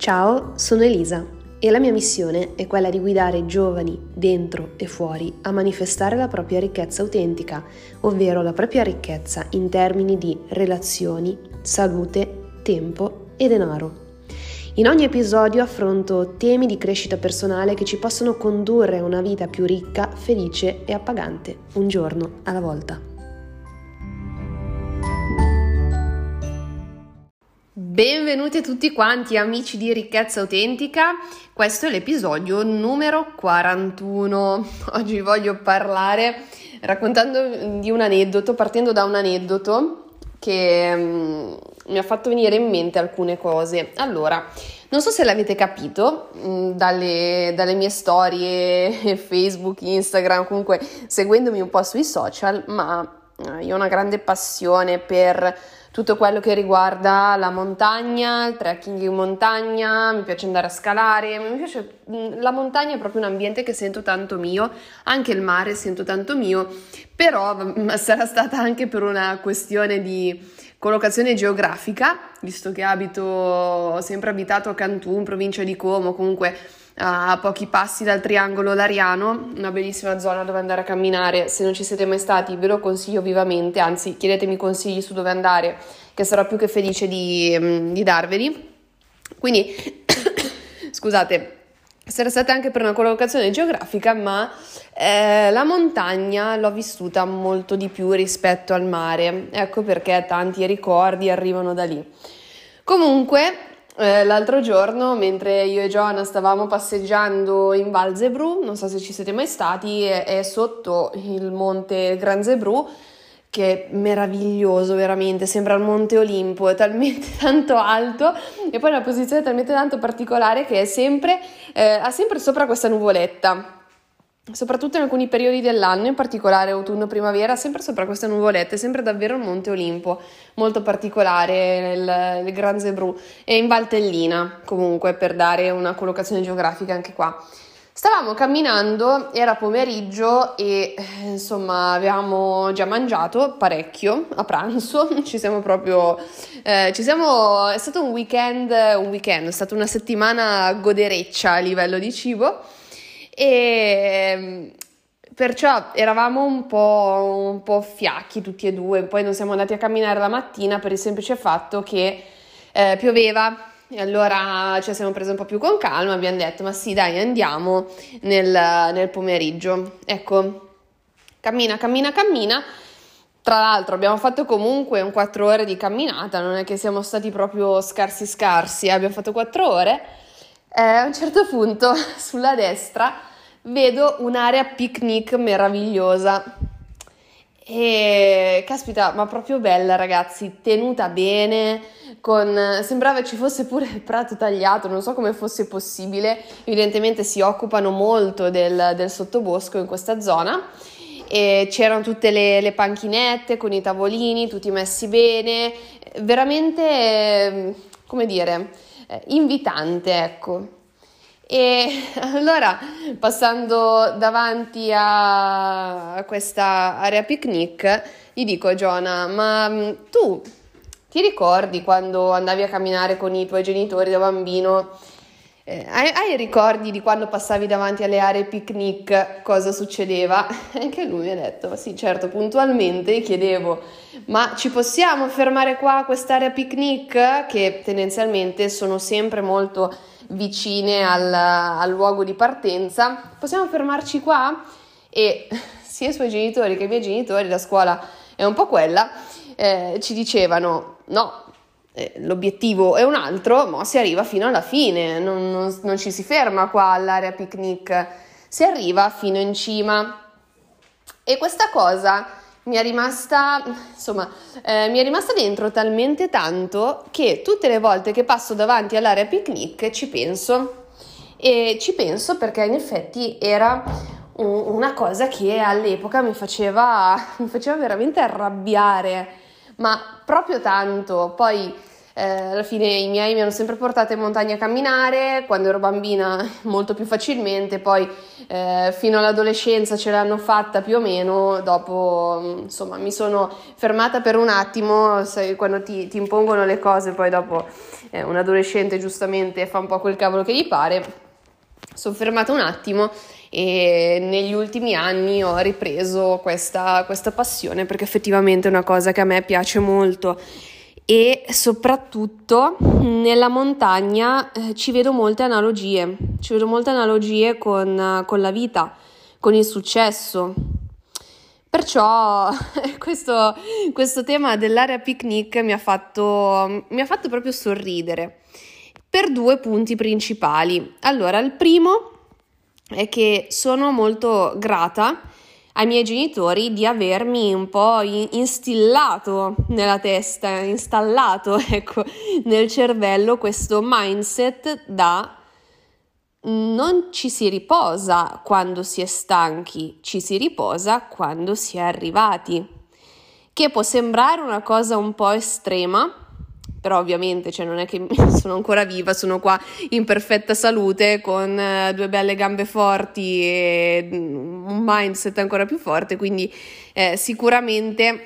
Ciao, sono Elisa e la mia missione è quella di guidare i giovani dentro e fuori a manifestare la propria ricchezza autentica, ovvero la propria ricchezza in termini di relazioni, salute, tempo e denaro. In ogni episodio affronto temi di crescita personale che ci possono condurre a una vita più ricca, felice e appagante, un giorno alla volta. Benvenuti a tutti quanti amici di Ricchezza Autentica, questo è l'episodio numero 41. Oggi voglio parlare raccontando di un aneddoto, partendo da un aneddoto che mi ha fatto venire in mente alcune cose. Allora, non so se l'avete capito dalle mie storie Facebook, Instagram, comunque seguendomi un po' sui social, ma io ho una grande passione per tutto quello che riguarda la montagna, il trekking in montagna, mi piace andare a scalare, la montagna è proprio un ambiente che sento tanto mio, anche il mare sento tanto mio, però sarà stata anche per una questione di collocazione geografica, visto che ho sempre abitato a Cantù, in provincia di Como, comunque a pochi passi dal Triangolo Lariano, una bellissima zona dove andare a camminare. Se non ci siete mai stati ve lo consiglio vivamente, anzi chiedetemi consigli su dove andare che sarò più che felice di darveli. Quindi scusate, sarà stata anche per una collocazione geografica, ma la montagna l'ho vissuta molto di più rispetto al mare, ecco perché tanti ricordi arrivano da lì. Comunque l'altro giorno, mentre io e Giona stavamo passeggiando in Val Zebrù, non so se ci siete mai stati, è sotto il monte Gran Zebrù, che è meraviglioso veramente, sembra il Monte Olimpo, è talmente tanto alto e poi una posizione talmente tanto particolare che ha sempre sopra questa nuvoletta. Soprattutto in alcuni periodi dell'anno, in particolare autunno-primavera, sempre sopra queste nuvolette, sembra davvero il Monte Olimpo, molto particolare il Gran Zebrù, e in Valtellina, comunque, per dare una collocazione geografica anche qua. Stavamo camminando, era pomeriggio e insomma avevamo già mangiato parecchio a pranzo, è stato un weekend, è stata una settimana godereccia a livello di cibo. E perciò eravamo un po' fiacchi tutti e due. Poi non siamo andati a camminare la mattina per il semplice fatto che pioveva, e allora ci siamo presi un po' più con calma, abbiamo detto ma sì dai, andiamo nel pomeriggio. Ecco, cammina. Tra l'altro abbiamo fatto comunque un 4 ore di camminata, non è che siamo stati proprio scarsi, abbiamo fatto 4 ore. A un certo punto sulla destra vedo un'area picnic meravigliosa e caspita, ma proprio bella ragazzi, tenuta bene, sembrava ci fosse pure il prato tagliato, non so come fosse possibile, evidentemente si occupano molto del sottobosco in questa zona. E c'erano tutte le panchinette con i tavolini tutti messi bene, veramente come dire, invitante, ecco. E allora, passando davanti a questa area picnic, gli dico a Giona, ma tu ti ricordi quando andavi a camminare con i tuoi genitori da bambino? Hai ricordi di quando passavi davanti alle aree picnic, cosa succedeva? Anche lui mi ha detto, ma sì, certo, puntualmente chiedevo, ma ci possiamo fermare qua a quest'area picnic? Che tendenzialmente sono sempre molto vicine al luogo di partenza. Possiamo fermarci qua? E sia i suoi genitori che i miei genitori, la scuola è un po' quella, ci dicevano no, l'obiettivo è un altro, ma si arriva fino alla fine, non ci si ferma qua all'area picnic, si arriva fino in cima. E questa cosa mi è rimasta dentro talmente tanto che tutte le volte che passo davanti all'area picnic ci penso perché in effetti era una cosa che all'epoca mi faceva veramente arrabbiare, ma proprio tanto. Poi alla fine i miei mi hanno sempre portato in montagna a camminare, quando ero bambina molto più facilmente, poi fino all'adolescenza ce l'hanno fatta più o meno, dopo insomma mi sono fermata per un attimo, sai, quando ti impongono le cose, poi dopo un adolescente giustamente fa un po' quel cavolo che gli pare, sono fermata un attimo e negli ultimi anni ho ripreso questa passione perché effettivamente è una cosa che a me piace molto e soprattutto nella montagna ci vedo molte analogie con la vita, con il successo. Perciò questo tema dell'area picnic mi ha fatto proprio sorridere per due punti principali. Allora, il primo è che sono molto grata ai miei genitori di avermi un po' installato nella testa, ecco, nel cervello questo mindset da non ci si riposa quando si è stanchi, ci si riposa quando si è arrivati, che può sembrare una cosa un po' estrema, però ovviamente non è che sono ancora viva, sono qua in perfetta salute con due belle gambe forti e un mindset ancora più forte, quindi sicuramente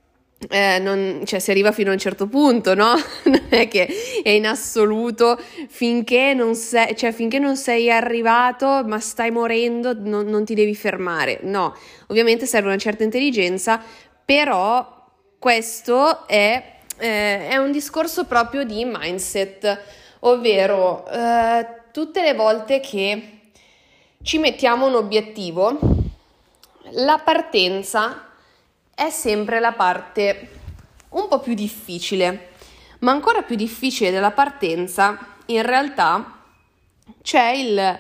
si arriva fino a un certo punto, no? Non è che è in assoluto finché non sei arrivato ma stai morendo non ti devi fermare, no, ovviamente serve una certa intelligenza, però questo è un discorso proprio di mindset, ovvero tutte le volte che ci mettiamo un obiettivo, la partenza è sempre la parte un po' più difficile, ma ancora più difficile della partenza in realtà c'è il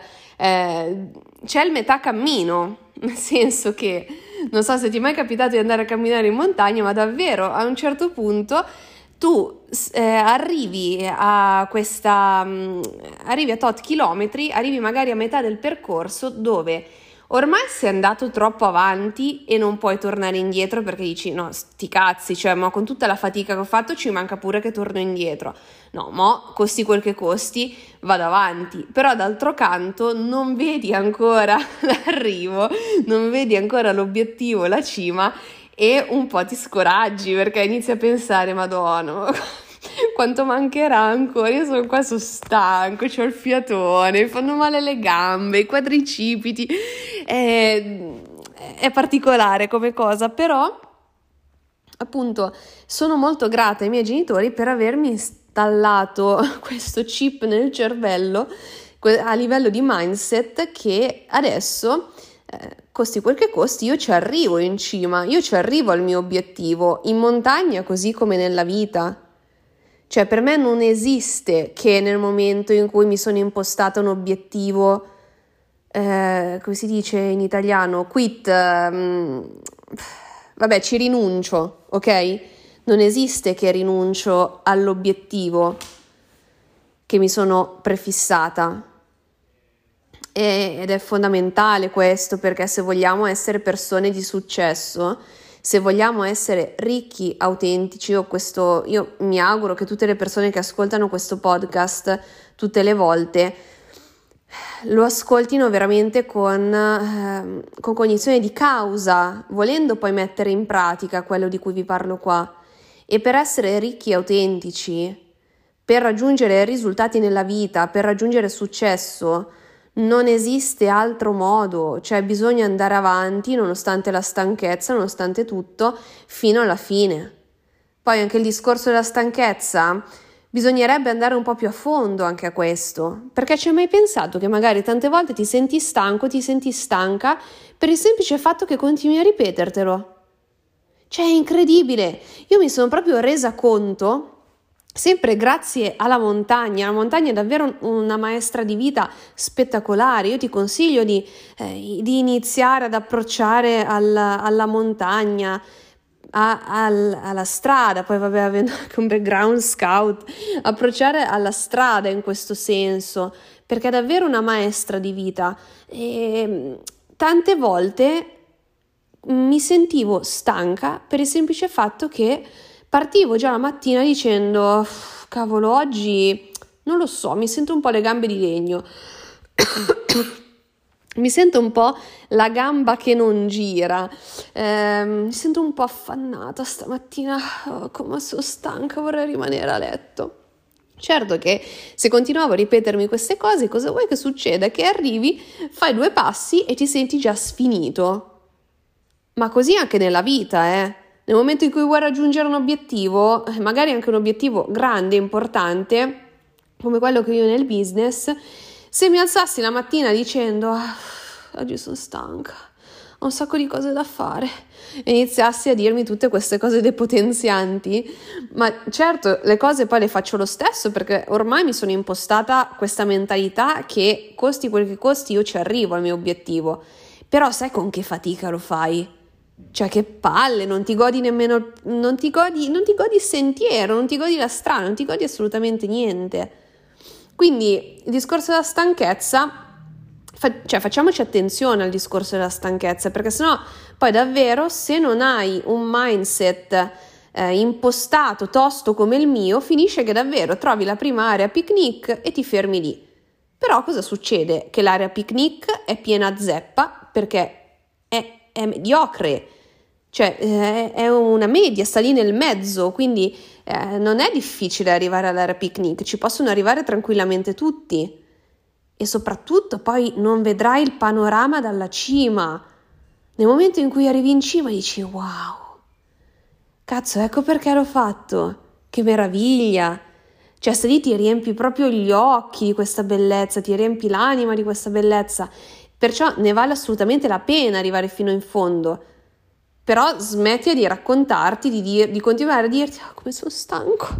metà cammino, nel senso che non so se ti è mai capitato di andare a camminare in montagna, ma davvero a un certo punto tu arrivi a tot chilometri, arrivi magari a metà del percorso dove ormai sei andato troppo avanti e non puoi tornare indietro perché dici no, sti cazzi, ma con tutta la fatica che ho fatto ci manca pure che torno indietro. No, mo costi quel che costi, vado avanti. Però d'altro canto non vedi ancora l'arrivo, non vedi ancora l'obiettivo, la cima e un po' ti scoraggi perché inizi a pensare Madonna, quanto mancherà ancora, io sono qua, sono stanco, c'ho il fiatone, mi fanno male le gambe, i quadricipiti, è particolare come cosa, però appunto sono molto grata ai miei genitori per avermi installato questo chip nel cervello a livello di mindset che adesso costi quel che costi, io ci arrivo in cima, io ci arrivo al mio obiettivo, in montagna così come nella vita. Cioè per me non esiste che nel momento in cui mi sono impostata un obiettivo, come si dice in italiano, vabbè ci rinuncio, ok? Non esiste che rinuncio all'obiettivo che mi sono prefissata. Ed è fondamentale questo, perché se vogliamo essere persone di successo, se vogliamo essere ricchi, autentici, io mi auguro che tutte le persone che ascoltano questo podcast tutte le volte lo ascoltino veramente con cognizione di causa, volendo poi mettere in pratica quello di cui vi parlo qua. E per essere ricchi e autentici, per raggiungere risultati nella vita, per raggiungere successo, non esiste altro modo, cioè bisogna andare avanti nonostante la stanchezza, nonostante tutto, fino alla fine. Poi anche il discorso della stanchezza, bisognerebbe andare un po' più a fondo anche a questo, perché ci hai mai pensato che magari tante volte ti senti stanco, ti senti stanca per il semplice fatto che continui a ripetertelo? Cioè è incredibile, io mi sono proprio resa conto, sempre grazie alla montagna. La montagna è davvero una maestra di vita spettacolare. Io ti consiglio di iniziare ad approcciare alla montagna, alla strada, poi vabbè, avendo anche un background scout, approcciare alla strada in questo senso, perché è davvero una maestra di vita. E tante volte mi sentivo stanca per il semplice fatto che partivo già la mattina dicendo cavolo, oggi non lo so, mi sento un po' le gambe di legno. Mi sento un po' la gamba che non gira, mi sento un po' affannata stamattina, come sono stanca, vorrei rimanere a letto. Certo che se continuavo a ripetermi queste cose, cosa vuoi che succeda? Che arrivi, fai 2 passi e ti senti già sfinito. Ma così anche nella vita, Nel momento in cui vuoi raggiungere un obiettivo, magari anche un obiettivo grande, importante, come quello che io ho nel business, se mi alzassi la mattina dicendo oggi sono stanca, ho un sacco di cose da fare, e iniziassi a dirmi tutte queste cose depotenzianti, ma certo le cose poi le faccio lo stesso, perché ormai mi sono impostata questa mentalità che costi quel che costi io ci arrivo al mio obiettivo. Però sai con che fatica lo fai? Cioè che palle, non ti godi nemmeno, non ti godi il sentiero, non ti godi la strada, non ti godi assolutamente niente. Quindi il discorso della stanchezza, facciamoci attenzione al discorso della stanchezza, perché sennò poi davvero, se non hai un mindset impostato, tosto come il mio, finisce che davvero trovi la prima area picnic e ti fermi lì. Però cosa succede? Che l'area picnic è piena zeppa perché è mediocre, cioè è una media, sta lì nel mezzo, quindi non è difficile arrivare all'area picnic, ci possono arrivare tranquillamente tutti, e soprattutto poi non vedrai il panorama dalla cima. Nel momento in cui arrivi in cima dici wow, cazzo, ecco perché l'ho fatto, che meraviglia, cioè se lì ti riempi proprio gli occhi di questa bellezza, ti riempi l'anima di questa bellezza, perciò ne vale assolutamente la pena arrivare fino in fondo. Però smetti di raccontarti, di continuare a dirti come sono stanca.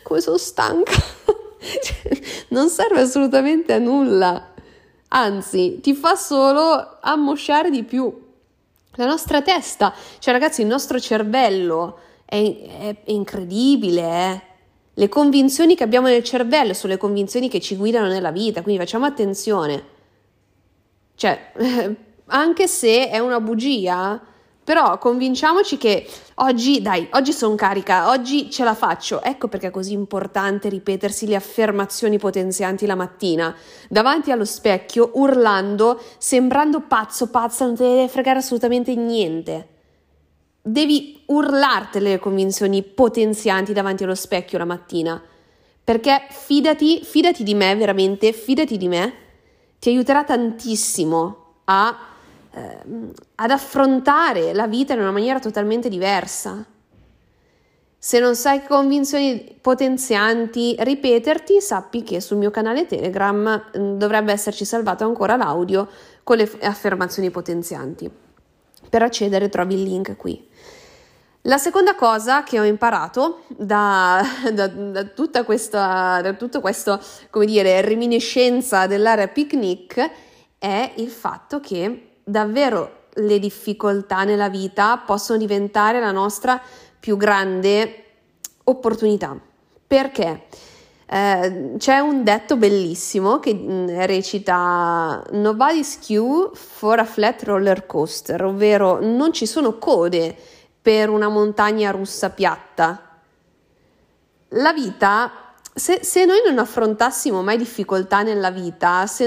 Cioè, non serve assolutamente a nulla, anzi ti fa solo ammosciare di più la nostra testa. Cioè ragazzi, il nostro cervello è incredibile, Le convinzioni che abbiamo nel cervello sono le convinzioni che ci guidano nella vita, quindi facciamo attenzione. Cioè, anche se è una bugia, però convinciamoci che oggi sono carica, oggi ce la faccio. Ecco perché è così importante ripetersi le affermazioni potenzianti la mattina, davanti allo specchio, urlando, sembrando pazza, non te ne deve fregare assolutamente niente. Devi urlartele le convinzioni potenzianti davanti allo specchio la mattina, perché fidati di me, veramente, fidati di me, ti aiuterà tantissimo ad affrontare la vita in una maniera totalmente diversa. Se non sai che convinzioni potenzianti ripeterti, sappi che sul mio canale Telegram dovrebbe esserci salvato ancora l'audio con le affermazioni potenzianti. Per accedere trovi il link qui. La seconda cosa che ho imparato da tutto questo, come dire, reminiscenza dell'area picnic è il fatto che davvero le difficoltà nella vita possono diventare la nostra più grande opportunità. Perché? C'è un detto bellissimo che recita "Nobody's queue for a flat roller coaster", ovvero non ci sono code per una montagna russa piatta. La vita, se noi non affrontassimo mai difficoltà nella vita, se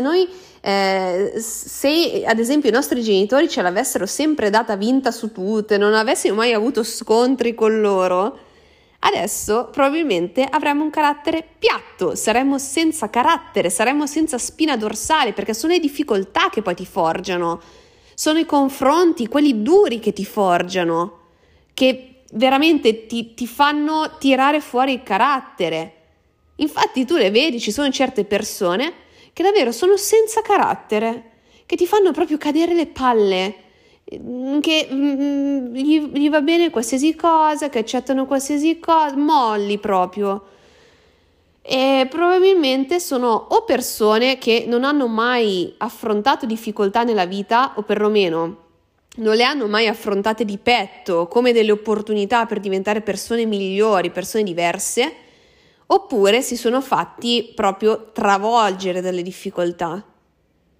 ad esempio i nostri genitori ce l'avessero sempre data vinta su tutte, non avessimo mai avuto scontri con loro, adesso probabilmente avremmo un carattere piatto, saremmo senza carattere, saremmo senza spina dorsale, perché sono le difficoltà che poi ti forgiano, sono i confronti, quelli duri che ti forgiano, che veramente ti fanno tirare fuori il carattere. Infatti tu le vedi, ci sono certe persone che davvero sono senza carattere, che ti fanno proprio cadere le palle, che gli va bene qualsiasi cosa, che accettano qualsiasi cosa, molli proprio. E probabilmente sono o persone che non hanno mai affrontato difficoltà nella vita, o perlomeno non le hanno mai affrontate di petto come delle opportunità per diventare persone migliori, persone diverse, oppure si sono fatti proprio travolgere dalle difficoltà.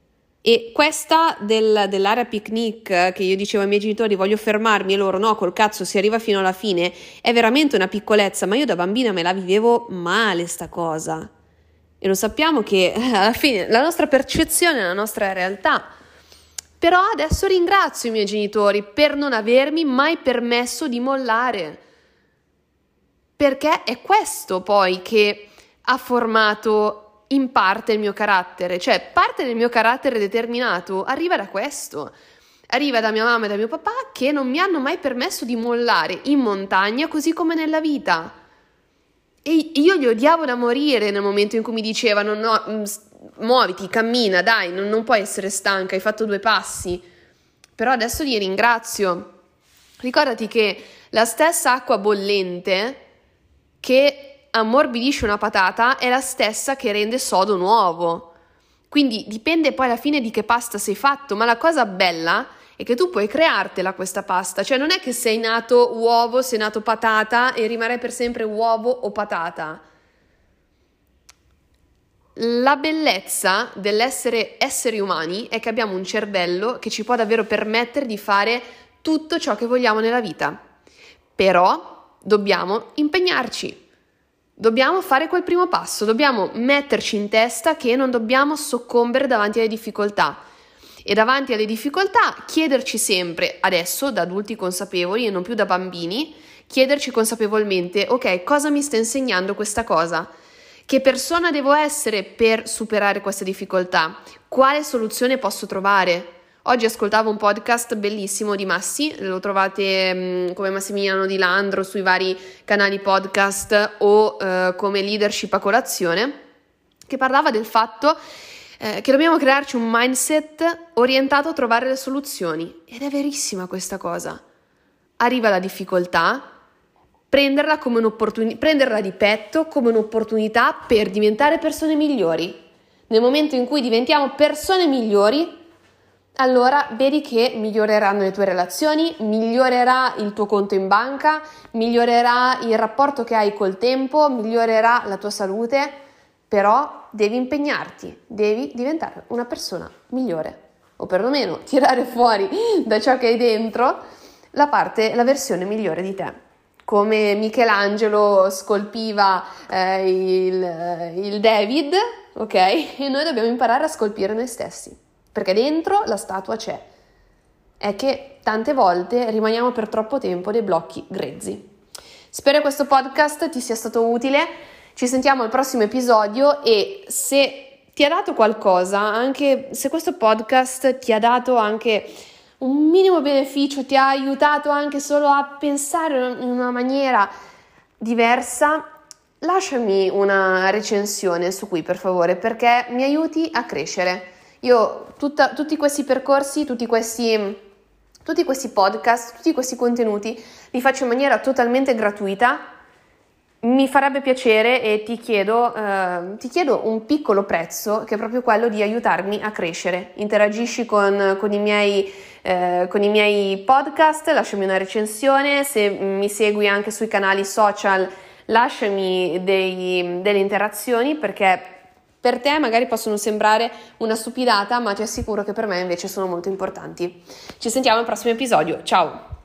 E questa dell'area picnic che io dicevo ai miei genitori voglio fermarmi e loro no, col cazzo si arriva fino alla fine, è veramente una piccolezza, ma io da bambina me la vivevo male sta cosa. E lo sappiamo che alla fine la nostra percezione è la nostra realtà. Però adesso ringrazio i miei genitori per non avermi mai permesso di mollare. Perché è questo poi che ha formato in parte il mio carattere, cioè parte del mio carattere determinato arriva da questo, arriva da mia mamma e da mio papà che non mi hanno mai permesso di mollare in montagna così come nella vita. E io li odiavo da morire nel momento in cui mi dicevano no, muoviti, cammina, dai, non puoi essere stanca, hai fatto 2 passi. Però adesso li ringrazio. Ricordati che la stessa acqua bollente che ammorbidisce una patata è la stessa che rende sodo nuovo. Quindi dipende poi alla fine di che pasta sei fatto, ma la cosa bella è che tu puoi creartela questa pasta, cioè non è che sei nato uovo, sei nato patata e rimarrai per sempre uovo o patata. La bellezza dell'essere esseri umani è che abbiamo un cervello che ci può davvero permettere di fare tutto ciò che vogliamo nella vita. Però dobbiamo impegnarci. Dobbiamo fare quel primo passo, dobbiamo metterci in testa che non dobbiamo soccombere davanti alle difficoltà e davanti alle difficoltà chiederci sempre, adesso da adulti consapevoli e non più da bambini, chiederci consapevolmente, ok, cosa mi sta insegnando questa cosa? Che persona devo essere per superare questa difficoltà? Quale soluzione posso trovare? Oggi ascoltavo un podcast bellissimo di Massi, lo trovate come Massimiliano Di Landro sui vari canali podcast o come Leadership a colazione, che parlava del fatto che dobbiamo crearci un mindset orientato a trovare le soluzioni. Ed è verissima questa cosa. Arriva la difficoltà, prenderla come un'opportunità, prenderla di petto come un'opportunità per diventare persone migliori. Nel momento in cui diventiamo persone migliori, allora vedi che miglioreranno le tue relazioni, migliorerà il tuo conto in banca, migliorerà il rapporto che hai col tempo, migliorerà la tua salute, però devi impegnarti, devi diventare una persona migliore o perlomeno tirare fuori da ciò che hai dentro la versione migliore di te. Come Michelangelo scolpiva il David, ok? E noi dobbiamo imparare a scolpire noi stessi. Perché dentro la statua c'è. È che tante volte rimaniamo per troppo tempo dei blocchi grezzi. Spero che questo podcast ti sia stato utile. Ci sentiamo al prossimo episodio e se ti ha dato qualcosa, anche se questo podcast ti ha dato anche un minimo beneficio, ti ha aiutato anche solo a pensare in una maniera diversa, lasciami una recensione su qui per favore, perché mi aiuti a crescere. Io tutti questi percorsi, tutti questi podcast, tutti questi contenuti li faccio in maniera totalmente gratuita. Mi farebbe piacere e ti chiedo un piccolo prezzo, che è proprio quello di aiutarmi a crescere. Interagisci con i miei podcast, lasciami una recensione, se mi segui anche sui canali social lasciami delle interazioni, perché per te magari possono sembrare una stupidata, ma ti assicuro che per me invece sono molto importanti. Ci sentiamo al prossimo episodio. Ciao!